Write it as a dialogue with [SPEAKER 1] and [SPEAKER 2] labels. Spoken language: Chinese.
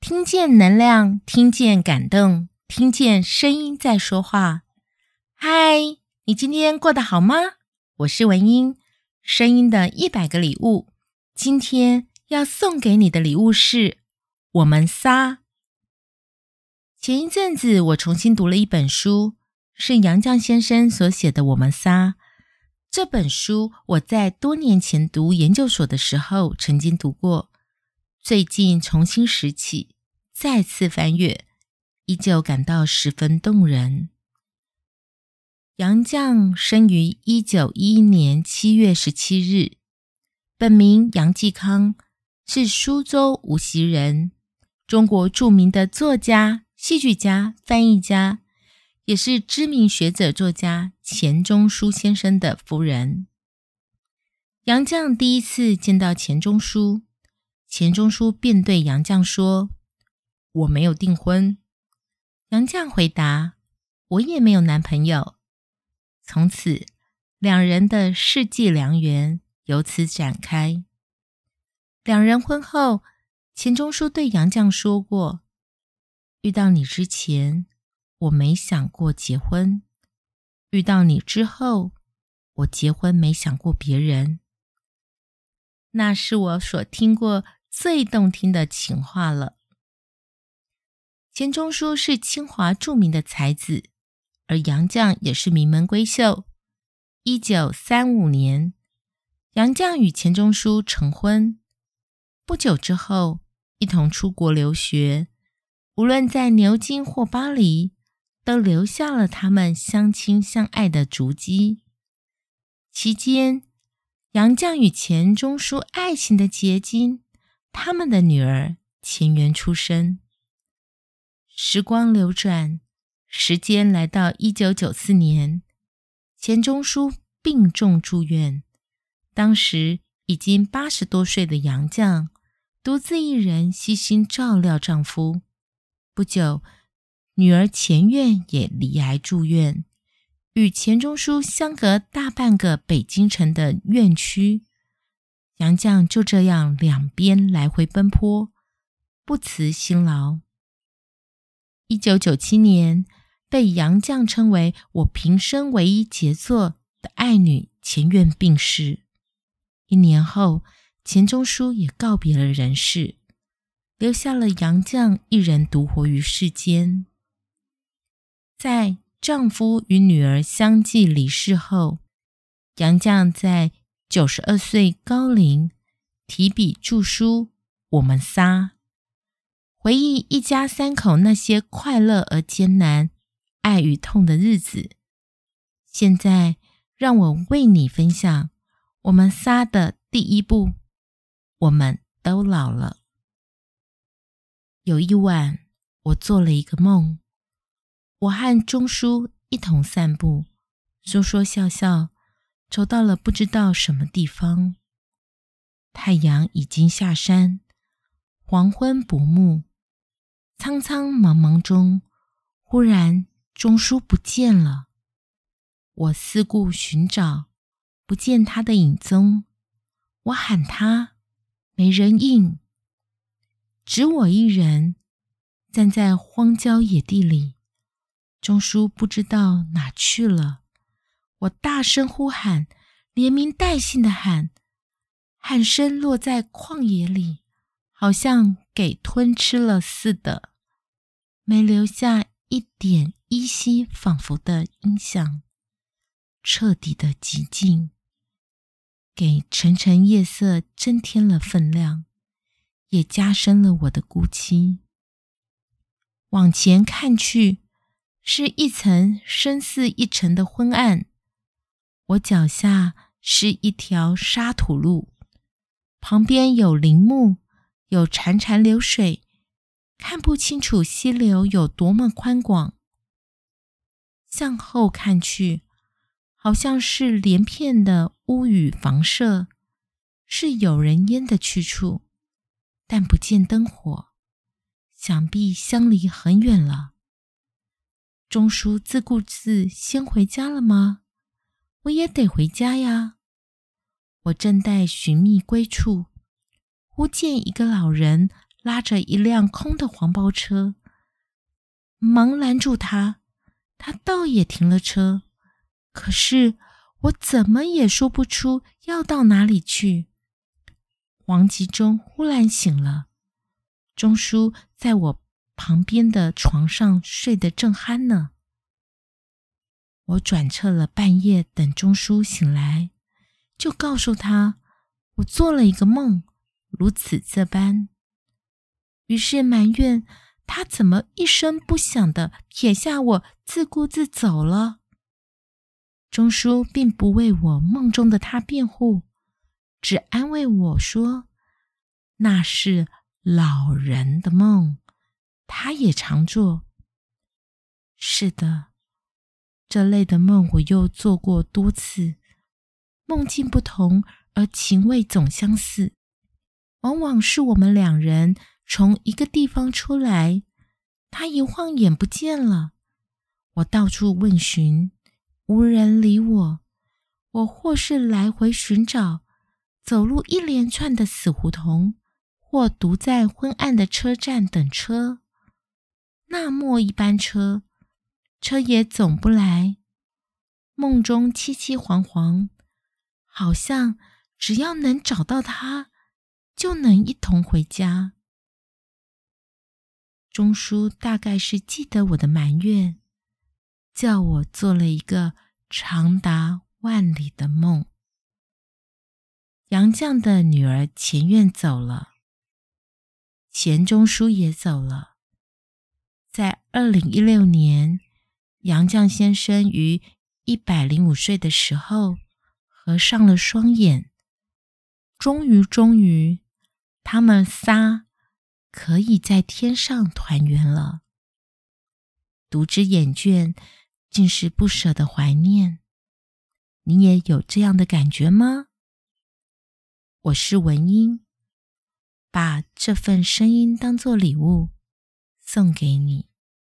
[SPEAKER 1] 听见能量，听见感动，听见声音在说话。嗨，你今天过得好吗？我是文音，声音的100个礼物。今天要送给你的礼物是我们仨。前一阵子我重新读了一本书，是杨绛先生所写的《我们仨》。这本书我在多年前读研究所的时候曾经读过，最近重新拾起，再次翻阅，依旧感到十分动人。杨绛生于1911年7月17日，本名杨继康，是苏州无锡人，中国著名的作家、戏剧家、翻译家，也是知名学者作家钱钟书先生的夫人。杨绛第一次见到钱钟书，钱钟书便对杨绛说：“我没有订婚。”杨绛回答：“我也没有男朋友。”从此，两人的世纪良缘由此展开。两人婚后，钱钟书对杨绛说过：“遇到你之前，我没想过结婚；遇到你之后，我结婚没想过别人。”那是我所听过最动听的情话了。钱钟书是清华著名的才子，而杨绛也是名门闺秀。1935年，杨绛与钱钟书成婚，不久之后一同出国留学，无论在牛津或巴黎，都留下了他们相亲相爱的足迹。期间，杨绛与钱钟书爱情的结晶，他们的女儿钱媛出生。时光流转，时间来到1994年，钱钟书病重住院，当时已经80多岁的杨绛独自一人悉心照料丈夫。不久，女儿钱媛也罹癌住院，与钱钟书相隔大半个北京城的院区。杨绛就这样两边来回奔波，不辞辛劳。1997年，被杨绛称为我平生唯一杰作的爱女钱媛病逝。1年后，钱钟书也告别了人世，留下了杨绛一人独活于世间。在丈夫与女儿相继离世后，杨绛在92岁高龄提笔著书《我们仨》，回忆一家3口那些快乐而艰难、爱与痛的日子。现在，让我为你分享我们仨的第一部，我们都老了。有一晚，我做了一个梦，我和钟书一同散步，说说笑笑，走到了不知道什么地方。太阳已经下山，黄昏薄暮，苍苍茫茫中，忽然钟书不见了。我四顾寻找，不见他的影踪。我喊他，没人应，只我一人站在荒郊野地里。钟书不知道哪去了。我大声呼喊，连名带姓的喊，喊声落在旷野里，好像给吞吃了似的，没留下一点依稀仿佛的音响。彻底的寂静，给沉沉夜色增添了分量，也加深了我的孤寂。往前看去，是一层深似一层的昏暗，我脚下是一条沙土路，旁边有林木，有潺潺流水，看不清楚溪流有多么宽广。向后看去，好像是连片的屋宇房舍，是有人烟的去处，但不见灯火，想必相离很远了。钟书自顾自先回家了吗？我也得回家呀。我正待寻觅归处，忽见一个老人拉着一辆空的黄包车，忙拦住他，他倒也停了车。可是我怎么也说不出要到哪里去。黄吉忠忽然醒了，钟叔在我旁边的床上睡得正酣呢。我转彻了半夜，等钟叔醒来，就告诉他我做了一个梦，如此这般。于是埋怨他怎么一声不响地撇下我，自顾自走了。钟叔并不为我梦中的他辩护，只安慰我说那是老人的梦，他也常做。是的，这类的梦我又做过多次，梦境不同，而情味总相似。往往是我们两人从一个地方出来，他一晃眼不见了，我到处问询，无人理我。我或是来回寻找，走入一连串的死胡同，或独在昏暗的车站等车。那末一班车，车也总不来。梦中凄凄惶惶，好像只要能找到他，就能一同回家。钟叔大概是记得我的埋怨，叫我做了一个长达万里的梦。杨绛的女儿钱院走了，钱钟书也走了。在2016年，杨绛先生于105岁的时候合上了双眼，终于，他们仨可以在天上团圆了。读之眼倦，竟是不舍的怀念。你也有这样的感觉吗？我是文音，把这份声音当作礼物送给你。